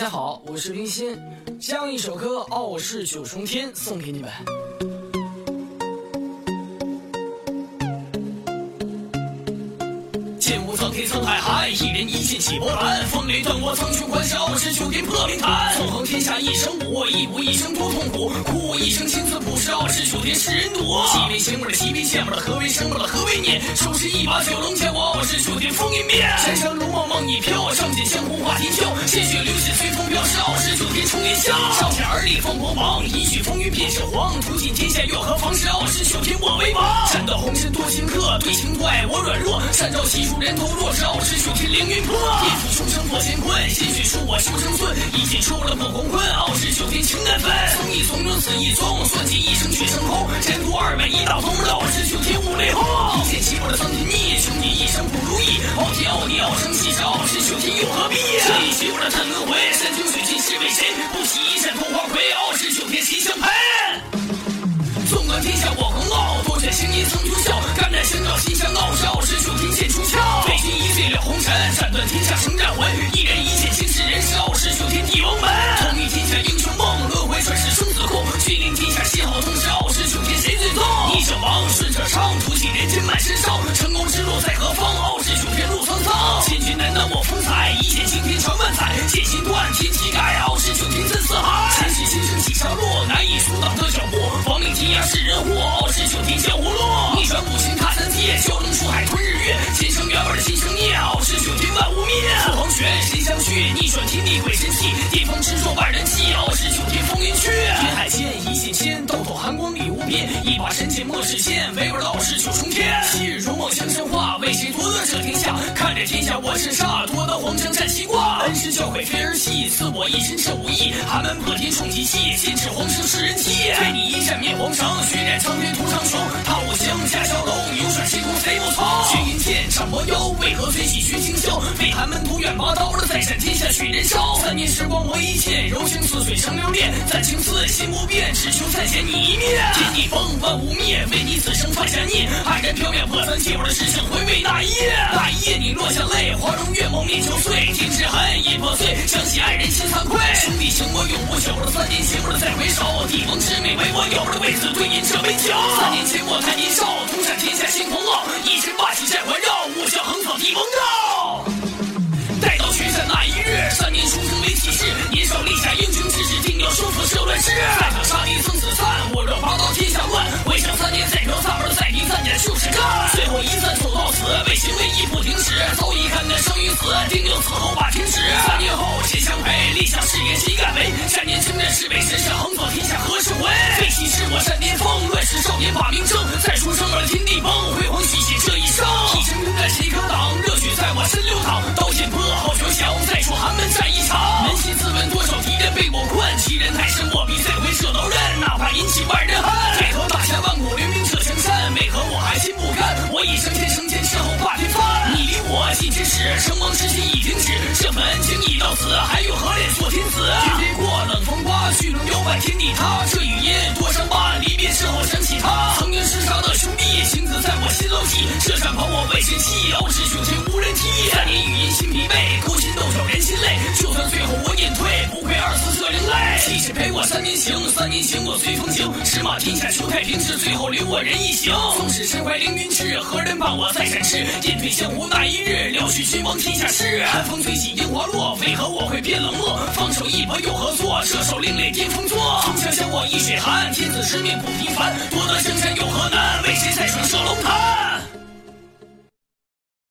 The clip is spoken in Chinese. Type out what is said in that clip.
家好，我是冰心，将一首歌《傲视九重天》送给你们。剑无苍天沧海海，一人一剑起波澜。风雷断我苍穹欢笑，是九天破冰坛。纵横天下一生武，一武一生多痛苦。苦一生青丝不少，是九天世人夺。西边邪门的西边见门的，何为生门的何为念？手持一把九龙剑，我是九天风云变。山上如梦梦一飘，仗剑江湖话题笑。鲜血流血随风飘，是傲视九天冲天下。少天而立风火榜，一举风云变色黄。图尽天下又何妨？是傲视九天我为王。战斗红尘多情客，对情对爱我软弱。山朝西数人头弱，是傲视九天凌云破。地府重生破乾坤，鲜血出我修成孙。一剑出了破红坤，傲视九天情难分。从一从中死一从，算计一生血成空。真毒二脉一道通，傲视九天五雷轰。一剑起我的苍天逆，穷尽一生不如意。傲天傲地傲生气，是傲视九天又何必？这一起我的探轮回，山穷水尽是为谁？不惜一战脱花魁，傲视九天谁相配？纵观天下我横傲，多卷青衣曾出鞘。肝胆相照心相傲，是傲视九天剑出鞘。北军一醉了红尘，斩断天下生战魂。一人一剑惊世人，是傲视九天帝王门。统一天下英雄梦，轮回转世生死空。君临天下心好痛，是傲视九天谁最痛？逆者亡，顺者昌，图尽人间满身伤。成功之路在何方？傲视九天路沧桑。千军难挡我风采，一剑惊天传万载。剑心断天机改，傲视九天震四海。前世今生几杀戮，难以阻挡的脚步。亡命天涯是人祸，傲视九天江湖路。逆转五行踏三界，蛟龙出海吞日月。前生原本的心生孽，傲视九天万物灭。四皇玄谁相续？逆转天地鬼神气。巅峰执着万人气，傲视九天风云去。天海间一线牵，豆豆寒光里无边。一把神剑莫世间，唯我傲视九重天。昔日如梦枪神话，为谁夺得这天下？看着天下我是杀，夺得皇城战西挂。恩师教诲非儿戏，赐我一身这武艺。寒门破天冲击气，剑指皇城世人气。为你一战灭皇城，血染苍天屠长雄。踏五行驾蛟龙，游转时空谁不从？血云剑斩魔妖，为何随起虚清霄？为寒门屠远拔刀，再斩天下血人烧。3年时光我一剑，柔情似水成流炼。暂青丝心不变，只求再见你一面。天地崩万物灭，为你此生犯下孽。黯然飘渺破三界，我的师兄回味那一夜。那一夜你落下泪，华容月梦面憔悴。天之痕已破碎，想起爱人心惭愧。兄弟情我永不朽了，3年前我的再回首，帝王之美为我有了，为此对饮这杯酒。3年前我太年少，独占天下心狂傲，一身霸气在环绕，我将横扫帝王道。待到决战那一日，3年出生为起誓，年少立下英雄志志，定要收复这乱世。赛场杀敌曾死战，我若拔刀天下乱。为想3年再飘散而再敌3年就是干。最后一战走到死，为行为义不停止。早已看得生与死，定有此后把天使。3年后谁相陪？立下誓言谁敢违？战年征战是为神上横扫天下何时回？为其是我战巅峰，乱世少年把名争。再出生而天地崩，辉煌续写这一生。一生征战谁可挡？热血在我身流淌，刀剑破号角响，再出寒门战一场。扪心自问多少敌人被我困，欺人太甚，我必再回射刀刃，哪怕引起万人恨。抬头大峡万古留名这江山，为何我还心不甘？我一生天生剑，身后霸天翻。你离我近千尺，成王之心已停止。这份恩情已到此，还有何脸做天子？天飞过冷风刮，巨龙摇摆天地塌。这语音多伤疤，离别之后想起他。曾经厮杀的兄弟，情字在我心牢记。这战袍我为谁弃？傲视九天无人替。3年语音心疲惫，勾心斗角人心累。就算最后我隐退，不愧2次这灵泪。气势陪我3年行，3年行我随风行。驰马天下求太平，是最后留我人一行。纵使身怀凌云志，何人伴我再展翅？隐退江湖那一日，了却君王天下事。寒风吹起樱花落，为何我会变冷漠？放手一搏又何错？射手另类巅峰作。从小向我一水寒，天子之命不平凡。夺得江山有何难？为谁在水射龙潭？